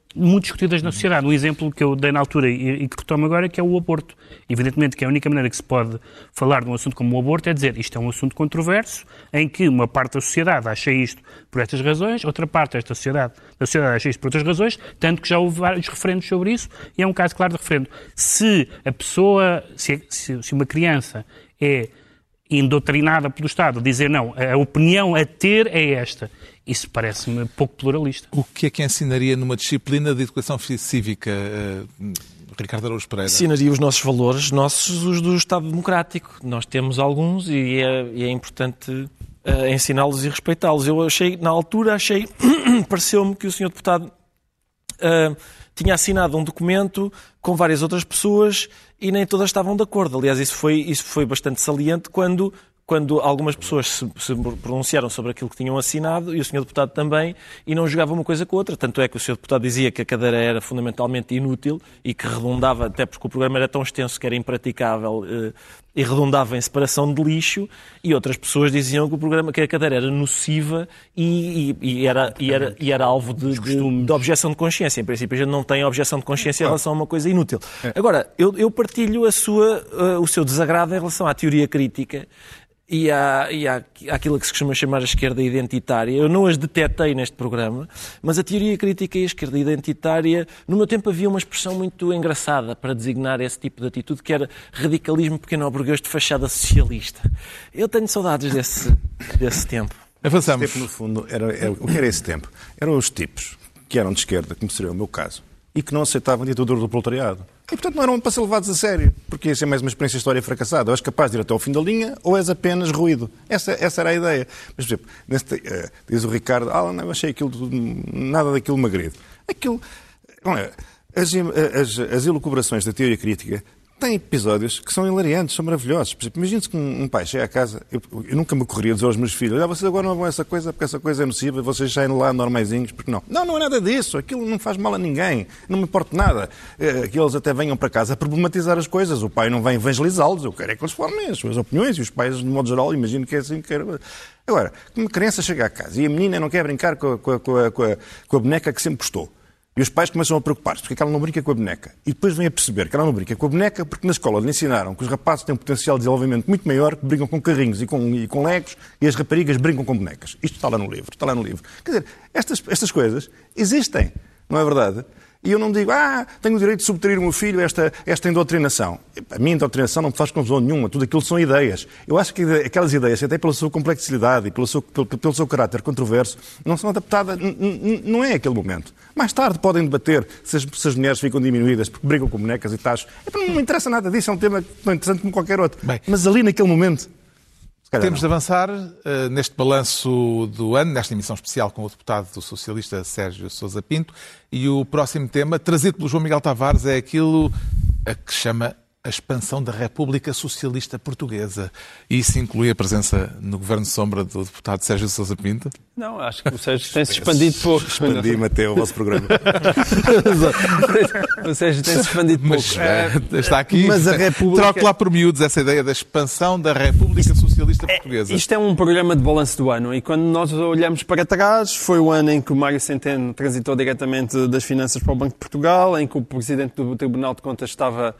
muito discutidas na sociedade. Um exemplo que eu dei na altura e que retomo agora, que é o aborto. Evidentemente que a única maneira que se pode falar de um assunto como o aborto é dizer isto é um assunto controverso, em que uma parte da sociedade acha isto por estas razões, outra parte da sociedade acha isto por outras razões, tanto que já houve vários referendos sobre isso, e é um caso claro de referendo. Se uma criança é indoctrinada pelo Estado a dizer não, a opinião a ter é esta, isso parece-me pouco pluralista. O que é que ensinaria numa disciplina de educação cívica, Ricardo Araújo Pereira? Ensinaria os nossos valores, os do Estado Democrático. Nós temos alguns e é importante ensiná-los e respeitá-los. Eu na altura, pareceu-me que o Sr. Deputado tinha assinado um documento com várias outras pessoas e nem todas estavam de acordo. Aliás, isso foi bastante saliente quando algumas pessoas se pronunciaram sobre aquilo que tinham assinado e o Sr. Deputado também, e não jogava uma coisa com a outra. Tanto é que o Sr. Deputado dizia que a cadeira era fundamentalmente inútil e que redundava, até porque o programa era tão extenso que era impraticável e redundava em separação de lixo, e outras pessoas diziam que a cadeira era nociva e era alvo de objeção de consciência. Em princípio, a gente não tem objeção de consciência em relação a uma coisa inútil. Agora, eu partilho o seu desagrado em relação à teoria crítica e àquilo que se costuma chamar a esquerda identitária. Eu não as detetei neste programa, mas a teoria crítica e a esquerda identitária, no meu tempo havia uma expressão muito engraçada para designar esse tipo de atitude, que era radicalismo pequeno-burguês de fachada socialista. Eu tenho saudades desse tempo. Avançamos. Esse tempo, no fundo, o que era esse tempo? Eram os tipos que eram de esquerda, como seria o meu caso, e que não aceitavam a ditadura do proletariado. E, portanto, não eram para ser levados a sério, porque isso é mais uma experiência de história fracassada. Ou és capaz de ir até ao fim da linha, ou és apenas ruído. Essa era a ideia. Mas, por exemplo, diz o Ricardo, não, eu achei nada daquilo magrido. As elucubrações da teoria crítica têm episódios que são hilariantes, são maravilhosos. Por exemplo, imagine-se que um pai chega a casa, eu nunca me ocorreria dizer aos meus filhos, vocês agora não vão a essa coisa porque essa coisa é nociva, vocês saem lá normaizinhos, porque não. Não é nada disso, aquilo não faz mal a ninguém, não me importa nada. Que eles até venham para casa a problematizar as coisas, o pai não vem evangelizá-los, eu quero é que eles formem as suas opiniões, e os pais, de modo geral, imagino que é assim que era. Agora, uma criança chega a casa e a menina não quer brincar com a boneca que sempre gostou. E os pais começam a preocupar-se porque é que ela não brinca com a boneca. E depois vêm a perceber que ela não brinca com a boneca porque na escola lhe ensinaram que os rapazes têm um potencial de desenvolvimento muito maior, que brincam com carrinhos e com legos, e as raparigas brincam com bonecas. Isto está lá no livro. Quer dizer, estas coisas existem, não é verdade? E eu não digo, tenho o direito de subtrair o meu filho a esta indoutrinação. A minha indoutrinação não me faz confusão nenhuma, tudo aquilo são ideias. Eu acho que aquelas ideias, até pela sua complexidade e pelo seu caráter controverso, não são adaptadas, não é aquele momento. Mais tarde podem debater se as mulheres ficam diminuídas porque brincam com bonecas e tachos. Não me interessa nada disso, é um tema tão interessante como qualquer outro. Bem, mas ali naquele momento... Temos de avançar neste balanço do ano, nesta emissão especial com o deputado do socialista Sérgio Sousa Pinto. E o próximo tema, trazido pelo João Miguel Tavares, é aquilo a que chama a expansão da República Socialista Portuguesa. E isso inclui a presença no Governo Sombra do deputado Sérgio Sousa Pinto? Não, acho que o Sérgio tem-se expandido pouco. Expandi-me até o vosso programa. O Sérgio tem-se expandido pouco. Está aqui, mas a República... troque lá por miúdos essa ideia da expansão da República Socialista Portuguesa. Isto é um programa de balanço do ano e quando nós olhamos para trás, foi o ano em que o Mário Centeno transitou diretamente das finanças para o Banco de Portugal, em que o Presidente do Tribunal de Contas estava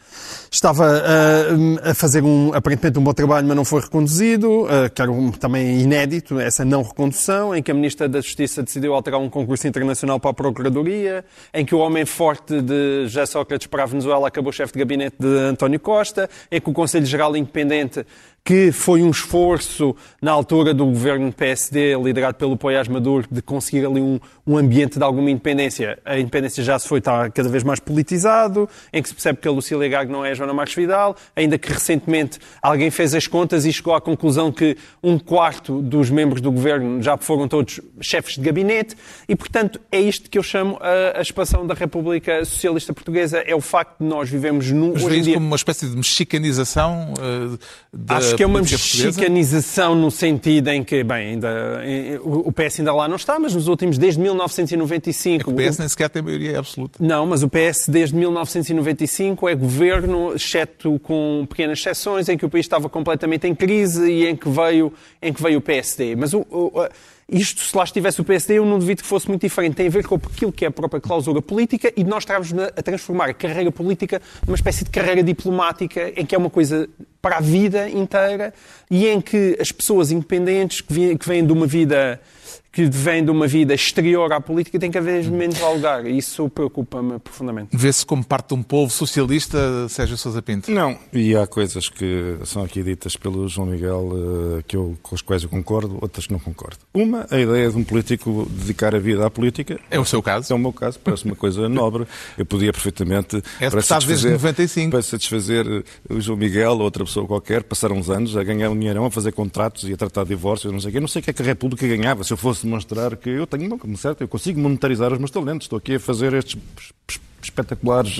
a fazer aparentemente um bom trabalho, mas não foi reconduzido, que era também inédito, essa não recondução, em que a Ministra da Justiça decidiu alterar um concurso internacional para a Procuradoria, em que o homem forte de José Sócrates para a Venezuela acabou chefe de gabinete de António Costa, em que o Conselho Geral Independente, que foi um esforço na altura do governo PSD, liderado pelo Poiás Maduro, de conseguir ali um ambiente de alguma independência. A independência já está cada vez mais politizado, em que se percebe que a Lucília Gago não é a Joana Marques Vidal, ainda que recentemente alguém fez as contas e chegou à conclusão que 1/4 dos membros do governo já foram todos chefes de gabinete e, portanto, é isto que eu chamo a expansão da República Socialista Portuguesa. É o facto de nós vivemos hoje em dia como uma espécie de mexicanização Acho que é uma mexicanização no sentido em que, o PS ainda lá não está, mas nos últimos, desde 1995... O PS nem sequer tem maioria absoluta. Não, mas o PS desde 1995 é governo, exceto com pequenas exceções, em que o país estava completamente em crise e em que veio o PSD. Mas Isto, se lá estivesse o PSD, eu não duvido que fosse muito diferente. Tem a ver com aquilo que é a própria cláusula política e nós estamos a transformar a carreira política numa espécie de carreira diplomática em que é uma coisa para a vida inteira e em que as pessoas independentes que vêm de uma vida exterior à política têm cada vez menos lugar. E isso preocupa-me profundamente. Vê-se como parte de um povo socialista, Sérgio Sousa Pinto? Não, e há coisas que são aqui ditas pelo João Miguel com as quais eu concordo, outras que não concordo. Uma, a ideia de um político dedicar a vida à política. É o seu caso? É o meu caso, parece uma coisa nobre. Eu podia perfeitamente, desde 95. Para satisfazer o João Miguel ou outra pessoa qualquer, passar uns anos a ganhar um dinheirão, a fazer contratos e a tratar de divórcios, não sei o quê. Eu não sei o que é que a República ganhava se eu fosse demonstrar que eu tenho, como certo, eu consigo monetarizar os meus talentos. Estou aqui a fazer estes espetaculares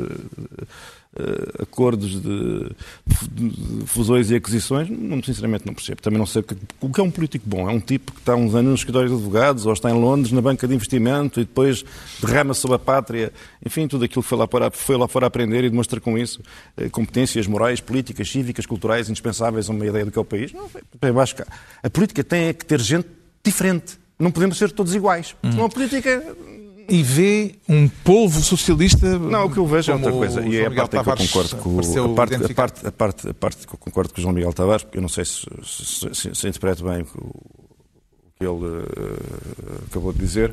acordos de fusões e aquisições. Sinceramente não percebo. Também não sei o que é um político bom. É um tipo que está há uns anos nos escritórios de advogados ou está em Londres na banca de investimento e depois derrama sobre a pátria, enfim, tudo aquilo que foi lá fora aprender e demonstra com isso competências morais, políticas, cívicas, culturais indispensáveis a uma ideia do que é o país. Não, acho que a política tem que ter gente diferente. Não podemos ser todos iguais. Uma política... E vê um povo socialista... Não, o que eu vejo é outra coisa. E é a parte que eu concordo com... A parte que eu concordo com o João Miguel Tavares, porque eu não sei se interpreto bem o que ele acabou de dizer,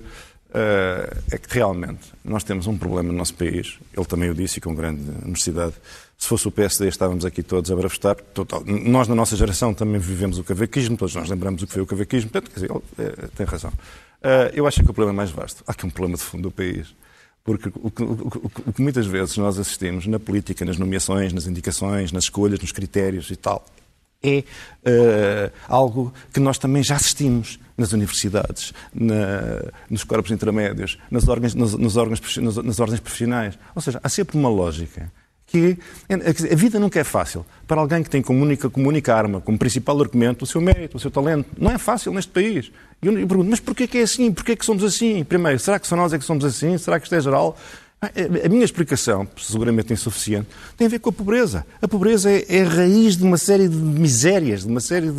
é que realmente nós temos um problema no nosso país. Ele também o disse e com grande honestidade. Se fosse o PSD, estávamos aqui todos a bravestar. Nós, na nossa geração, também vivemos o cavaquismo, todos nós lembramos o que foi o cavaquismo. Portanto, quer dizer, ele tem razão. Eu acho que o problema é mais vasto. Há aqui um problema de fundo do país. Porque o que muitas vezes nós assistimos na política, nas nomeações, nas indicações, nas escolhas, nos critérios e tal, é algo que nós também já assistimos nas universidades, nos corpos intermédios, nas ordens profissionais. Ou seja, há sempre uma lógica que a vida nunca é fácil. Para alguém que tem comunica arma como principal argumento o seu mérito, o seu talento. Não é fácil neste país. E eu pergunto, mas porquê que é assim? Porquê que somos assim? Primeiro, será que só nós é que somos assim? Será que isto é geral? A minha explicação, seguramente insuficiente, tem a ver com a pobreza. A pobreza é a raiz de uma série de misérias, de uma série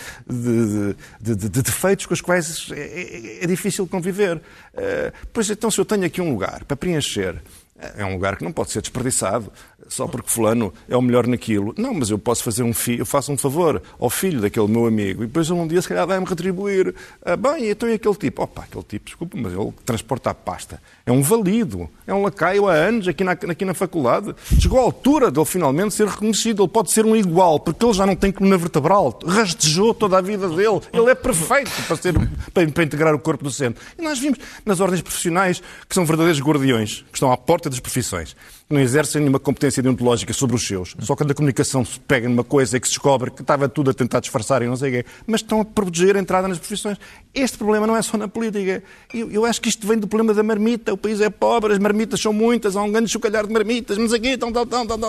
de defeitos com os quais é difícil conviver. Pois então, se eu tenho aqui um lugar para preencher, é um lugar que não pode ser desperdiçado só porque fulano é o melhor naquilo. Não, mas eu posso fazer eu faço um favor ao filho daquele meu amigo e depois um dia se calhar vai-me retribuir. Bem, então é aquele tipo. Aquele tipo, desculpa, mas ele transporta a pasta. É um valido, é um lacaio há anos aqui na faculdade. Chegou à altura de ele finalmente ser reconhecido. Ele pode ser um igual, porque ele já não tem coluna vertebral. Rastejou toda a vida dele. Ele é perfeito para integrar o corpo docente. E nós vimos nas ordens profissionais que são verdadeiros guardiões, que estão à porta das profissões. Não exercem nenhuma competência deontológica sobre os seus. Só quando a comunicação se pega numa coisa e que se descobre que estava tudo a tentar disfarçar e não sei o quê, mas estão a proteger a entrada nas profissões. Este problema não é só na política. Eu acho que isto vem do problema da marmita. O país é pobre, as marmitas são muitas, há um grande chocalhar de marmitas, mas aqui, tal.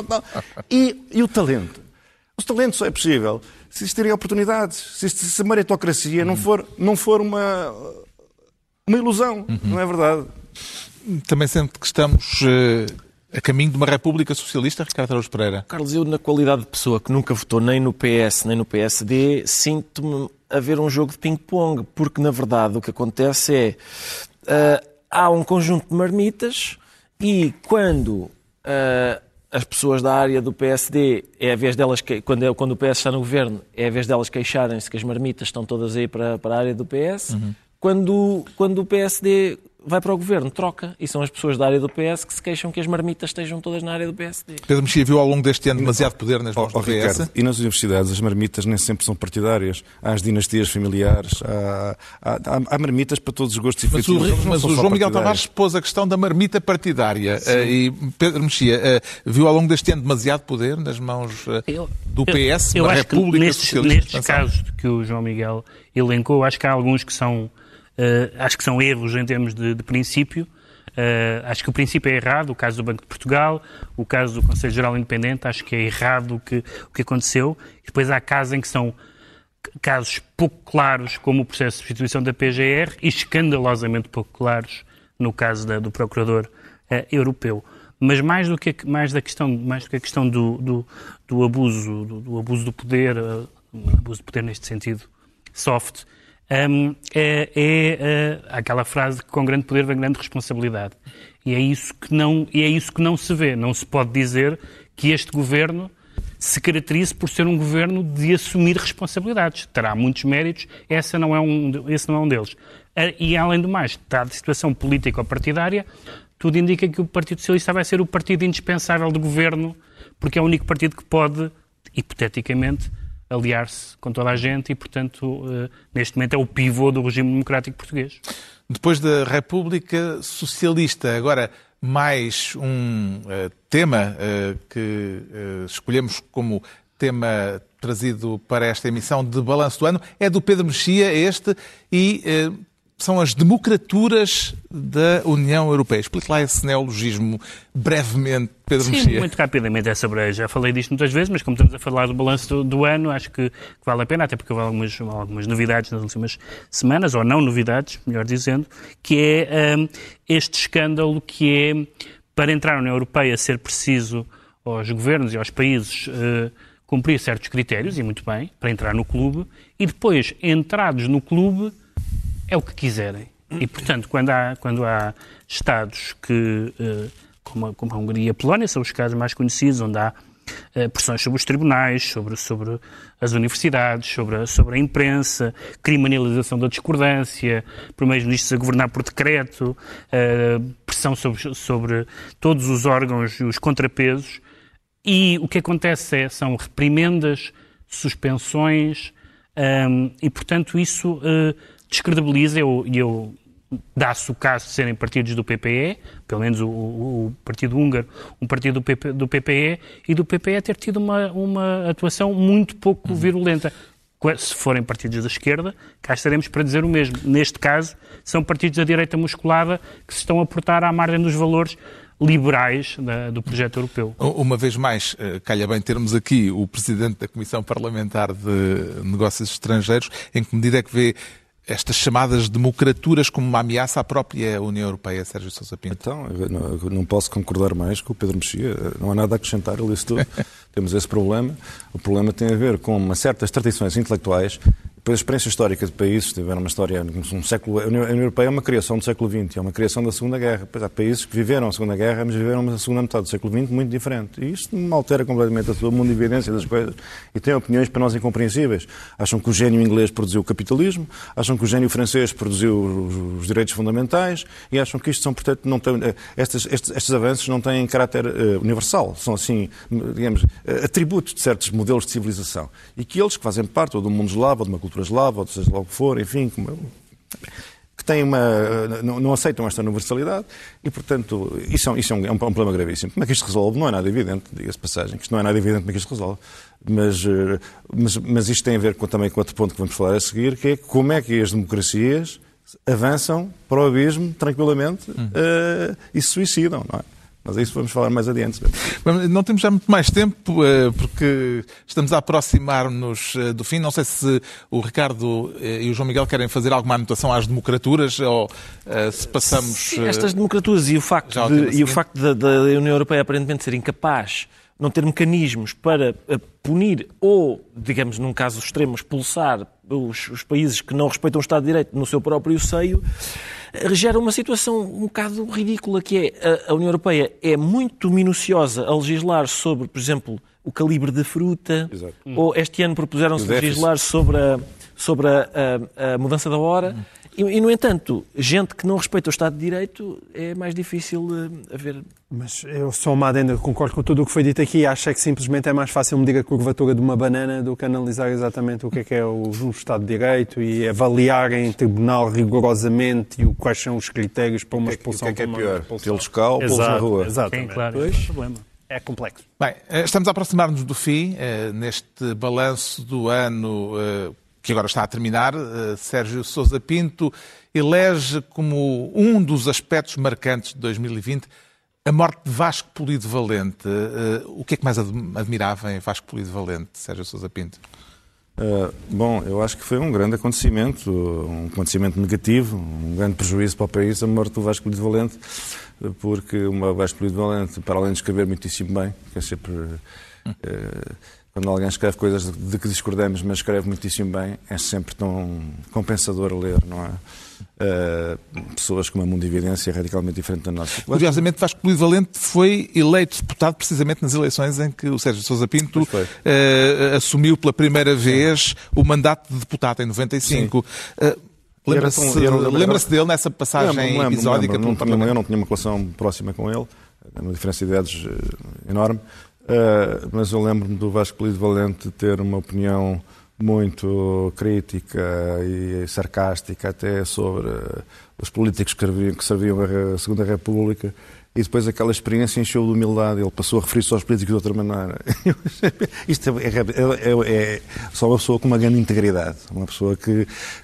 E o talento? O talento só é possível se existirem oportunidades, se a meritocracia não for uma ilusão, não é verdade? Também sente que estamos a caminho de uma República Socialista, Ricardo Araújo Pereira? Carlos, eu, na qualidade de pessoa que nunca votou nem no PS nem no PSD, sinto-me a ver um jogo de ping-pong, porque, na verdade, o que acontece é há um conjunto de marmitas e quando as pessoas da área do PSD, é a vez delas, quando o PS está no governo, é a vez delas queixarem-se que as marmitas estão todas aí para a área do PS, quando o PSD vai para o governo, troca. E são as pessoas da área do PS que se queixam que as marmitas estejam todas na área do PSD. Pedro Mexia viu ao longo deste ano demasiado poder nas mãos do PS? Ricardo, e nas universidades as marmitas nem sempre são partidárias. Há as dinastias familiares, há marmitas para todos os gostos e feitios. Mas o João Miguel Tavares pôs a questão da marmita partidária. E Pedro Mexia viu ao longo deste ano demasiado poder nas mãos do PS, eu uma acho República que Socialista? Nestes casos que o João Miguel elencou, acho que há alguns que são erros em termos de princípio. Acho que o princípio é errado, o caso do Banco de Portugal, o caso do Conselho Geral Independente, acho que é errado o que aconteceu. E depois há casos em que são casos pouco claros, como o processo de substituição da PGR, e escandalosamente pouco claros no caso do Procurador Europeu. Mas mais do que a questão do abuso do poder, abuso de poder neste sentido soft, aquela frase que com grande poder vem grande responsabilidade. E é isso que não se vê. Não se pode dizer que este governo se caracterize por ser um governo de assumir responsabilidades. Terá muitos méritos, esse não é um deles. E, além do mais, dada a situação política ou partidária, tudo indica que o Partido Socialista vai ser o partido indispensável do governo, porque é o único partido que pode, hipoteticamente, aliar-se com toda a gente e, portanto, neste momento é o pivô do regime democrático português. Depois da República Socialista, agora mais um tema que escolhemos como tema trazido para esta emissão de Balanço do Ano, é do Pedro Mexia, e são as democraturas da União Europeia. Explique lá esse neologismo brevemente, Pedro Mexia. Sim, muito rapidamente, já falei disto muitas vezes, mas como estamos a falar do balanço do ano, acho que vale a pena, até porque houve algumas novidades nas últimas semanas, ou não novidades, melhor dizendo, que é este escândalo que é, para entrar na União Europeia, ser preciso aos governos e aos países cumprir certos critérios, e muito bem, para entrar no clube, e depois, entrados no clube, é o que quiserem. E, portanto, quando há Estados que, como a Hungria e a Polónia, são os casos mais conhecidos, onde há pressões sobre os tribunais, sobre as universidades, sobre a imprensa, criminalização da discordância, primeiros-ministros a governar por decreto, pressão sobre todos os órgãos e os contrapesos. E o que acontece são reprimendas, suspensões, e, portanto, isso descredibiliza, dá-se o caso de serem partidos do PPE, pelo menos o Partido Húngaro, um partido do PPE, e do PPE ter tido uma atuação muito pouco virulenta. Se forem partidos da esquerda, cá estaremos para dizer o mesmo. Neste caso, são partidos da direita musculada que se estão a portar à margem dos valores liberais do projeto europeu. Uma vez mais, calha bem termos aqui o Presidente da Comissão Parlamentar de Negócios Estrangeiros. Em que medida é que vê estas chamadas democraturas como uma ameaça à própria União Europeia, Sérgio Sousa Pinto? Então, eu não posso concordar mais com o Pedro Mexia. Não há nada a acrescentar, ele disse tudo. Temos esse problema. O problema tem a ver com certas tradições intelectuais. Depois, a experiência histórica de países tiveram uma história, um século. A União Europeia é uma criação do século XX, é uma criação da Segunda Guerra. Depois, há países que viveram a Segunda Guerra, mas viveram a segunda metade do século XX muito diferente. E isto não altera completamente a sua mundo de evidência das coisas. E tem opiniões para nós incompreensíveis. Acham que o gênio inglês produziu o capitalismo, acham que o gênio francês produziu os direitos fundamentais e acham que isto são, portanto, não tem, estes avanços não têm caráter universal. São, assim, digamos, atributos de certos modelos de civilização. E que eles, que fazem parte ou do mundo eslavo, ou de uma cultura eslava, ou seja lá o que for, enfim, que têm não aceitam esta universalidade e, portanto, isso é um problema gravíssimo. Como é que isto se resolve? Não é nada evidente, diga-se passagem, que isto não é nada evidente como é que isto se resolve. Mas isto tem a ver também com outro ponto que vamos falar a seguir, que é como é que as democracias avançam para o abismo tranquilamente e se suicidam, não é? Mas isso vamos falar mais adiante. Não temos já muito mais tempo, porque estamos a aproximar-nos do fim. Não sei se o Ricardo e o João Miguel querem fazer alguma anotação às democraturas ou se passamos... Sim, estas democraturas e o facto da União Europeia aparentemente ser incapaz, não ter mecanismos para punir ou, digamos, num caso extremo, expulsar os países que não respeitam o Estado de Direito no seu próprio seio, gera uma situação um bocado ridícula, que é a União Europeia é muito minuciosa a legislar sobre, por exemplo, o calibre de fruta. Exato. Ou este ano propuseram-se legislar sobre a mudança da hora. E, no entanto, gente que não respeita o Estado de Direito é mais difícil haver... Mas eu sou uma adenda, concordo com tudo o que foi dito aqui. Acho que simplesmente é mais fácil medir a curvatura de uma banana do que analisar exatamente o que é o Estado de Direito e avaliar em tribunal rigorosamente quais são os critérios para uma expulsão. O que é pior? Tê-los cá ou pô-los na rua? Exatamente. Sim, claro, esse é o problema. É complexo. Bem, estamos a aproximar-nos do fim, neste balanço do ano que agora está a terminar. Sérgio Sousa Pinto elege como um dos aspectos marcantes de 2020 a morte de Vasco Polido Valente. O que é que mais admirava em Vasco Polido Valente, Sérgio Sousa Pinto? Bom, eu acho que foi um grande acontecimento, um acontecimento negativo, um grande prejuízo para o país, a morte do Vasco Polido Valente, porque o Vasco Polido Valente, para além de escrever muitíssimo bem, que é sempre... quando alguém escreve coisas de que discordamos, mas escreve muitíssimo bem, é sempre tão compensador ler, não é? Pessoas com uma mundividência radicalmente diferente da nossa. Curiosamente, Vasco Polivalente foi eleito deputado precisamente nas eleições em que o Sérgio Sousa Pinto assumiu pela vez o mandato de deputado, em 95. Lembra-se dele nessa passagem episódica? Eu não tinha uma relação próxima com ele, uma diferença de idades enorme, mas eu lembro-me do Vasco Polivalente ter uma opinião muito crítica e sarcástica até sobre os políticos que serviam a Segunda República, e depois aquela experiência encheu de humildade, ele passou a referir-se aos políticos de outra maneira. Isto é só uma pessoa com uma grande integridade, uma pessoa que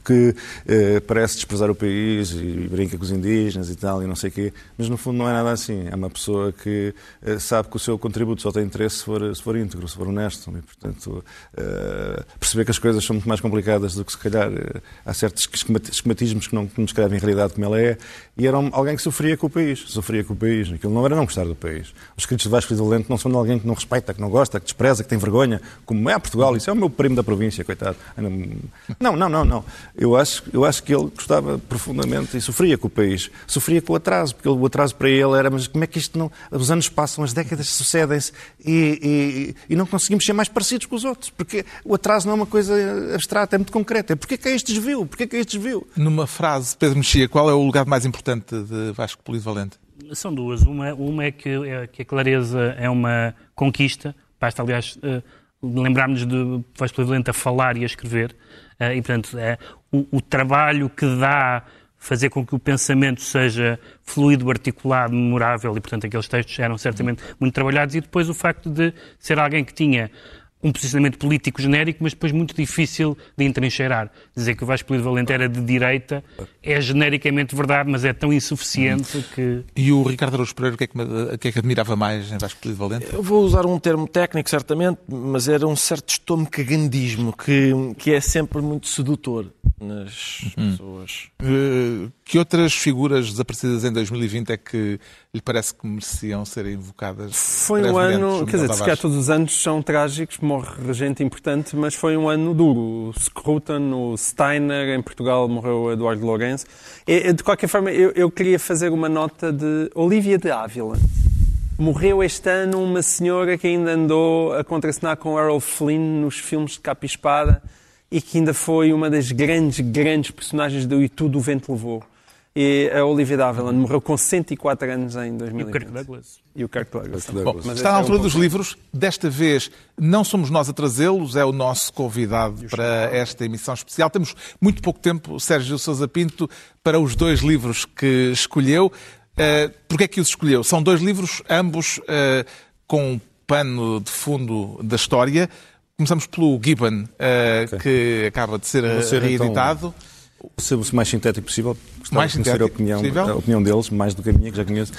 parece desprezar o país e brinca com os indígenas e tal, e não sei o quê, mas no fundo não é nada assim. É uma pessoa que sabe que o seu contributo só tem interesse se for íntegro, se for honesto, e portanto perceber que as coisas são muito mais complicadas do que se calhar há certos esquematismos que não descrevem a realidade como ela é, e era alguém que sofria com o país. Aquilo não era não gostar do país. Os escritos de Vasco Polivalente não são de alguém que não respeita, que não gosta, que despreza, que tem vergonha, como é Portugal. Isso é o meu primo da província, coitado. Não. Eu acho que ele gostava profundamente e sofria com o país. Sofria com o atraso, porque o atraso para ele era, mas como é que isto não... Os anos passam, as décadas sucedem-se e não conseguimos ser mais parecidos com os outros, porque o atraso não é uma coisa abstrata, é muito concreta. Porquê que é este desvio? Numa frase, Pedro Mexia, qual é o legado mais importante de Vasco Polivalente? São duas. Uma é que a clareza é uma conquista. Basta, aliás, lembrarmos de Vasco Polivalente a falar e a escrever. E, portanto, o trabalho que dá fazer com que o pensamento seja fluido, articulado, memorável, e, portanto, aqueles textos eram certamente muito trabalhados. E depois o facto de ser alguém que tinha um posicionamento político genérico, mas depois muito difícil de entrincheirar. Dizer que o Vasco Polivalente era de direita é genericamente verdade, mas é tão insuficiente que... E o Ricardo Araújo Pereira, o que é que admirava mais em Vasco Polivalente? Eu vou usar um termo técnico, certamente, mas era um certo estomacagandismo que é sempre muito sedutor nas pessoas. Que outras figuras desaparecidas em 2020 é que lhe parece que mereciam ser invocadas? Foi um ano, quer dizer, se calhar todos os anos são trágicos, morre gente importante, mas foi um ano duro. O Scruton, o Steiner, em Portugal morreu o Eduardo Lourenço. De qualquer forma, eu queria fazer uma nota de Olívia de Ávila. Morreu este ano uma senhora que ainda andou a contracenar com Errol Flynn nos filmes de capa e espada e que ainda foi uma das grandes personagens do E Tudo o Vento Levou. E a Olivia de Havilland morreu com 104 anos em 2020. E o Kirk Douglas. Bom, está na altura dos livros. Desta vez não somos nós a trazê-los, é o nosso convidado para esta emissão especial. Temos muito pouco tempo, Sérgio Sousa Pinto, para os dois livros que escolheu. Porquê é que os escolheu? São dois livros, ambos com um pano de fundo da história. Começamos pelo Gibbon, que acaba de ser reeditado. Ser o mais sintético possível, gostava de conhecer a opinião deles, mais do que a minha, que já conheço.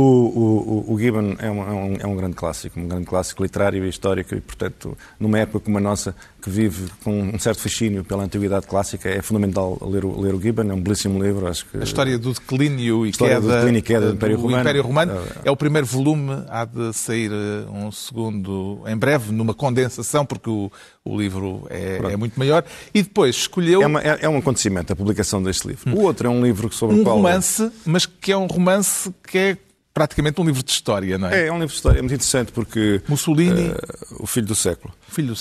O Gibbon é um grande clássico literário e histórico, e, portanto, numa época como a nossa, que vive com um certo fascínio pela antiguidade clássica, é fundamental ler o Gibbon, é um belíssimo livro. Acho que... A história do declínio e queda do Império Romano. É o primeiro volume, há de sair um segundo em breve, numa condensação, porque o livro é muito maior. E depois escolheu... É um acontecimento, a publicação deste livro. O outro é um livro sobre o qual... romance, mas que é um romance que é praticamente um livro de história, não é? É um livro de história, é muito interessante porque... Mussolini... o filho do século.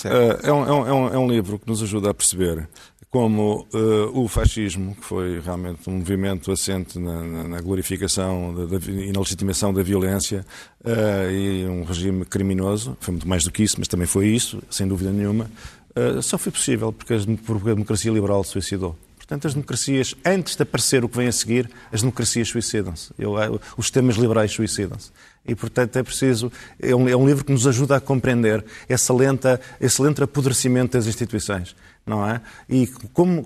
É um livro que nos ajuda a perceber como o fascismo, que foi realmente um movimento assente na glorificação e na legitimação da violência, e um regime criminoso, foi muito mais do que isso, mas também foi isso, sem dúvida nenhuma, só foi possível porque a democracia liberal se suicidou. Portanto, as democracias, antes de aparecer o que vem a seguir, as democracias suicidam-se. Os sistemas liberais suicidam-se. E, portanto, é preciso... É um livro que nos ajuda a compreender esse lento apodrecimento das instituições, não é? E como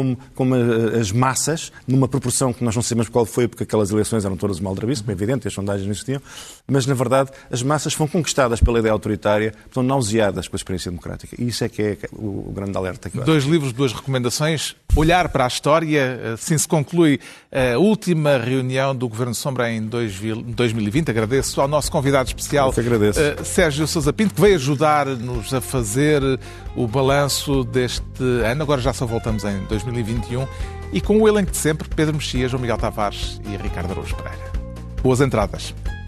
as massas, numa proporção que nós não sabemos qual foi, porque aquelas eleições eram todas uma aldrabice, como é evidente, as sondagens não existiam, mas, na verdade, as massas foram conquistadas pela ideia autoritária, estão nauseadas com a experiência democrática. E isso é que é o grande alerta que eu acho. Dois livros, duas recomendações. Olhar para a história, assim se conclui a última reunião do Governo Sombra em 2020. Agradeço agradeço ao nosso convidado especial, Sérgio Sousa Pinto, que veio ajudar-nos a fazer o balanço deste ano. Agora já só voltamos em 2021. E com o elenco de sempre, Pedro Mexias, João Miguel Tavares e Ricardo Araújo Pereira. Boas entradas.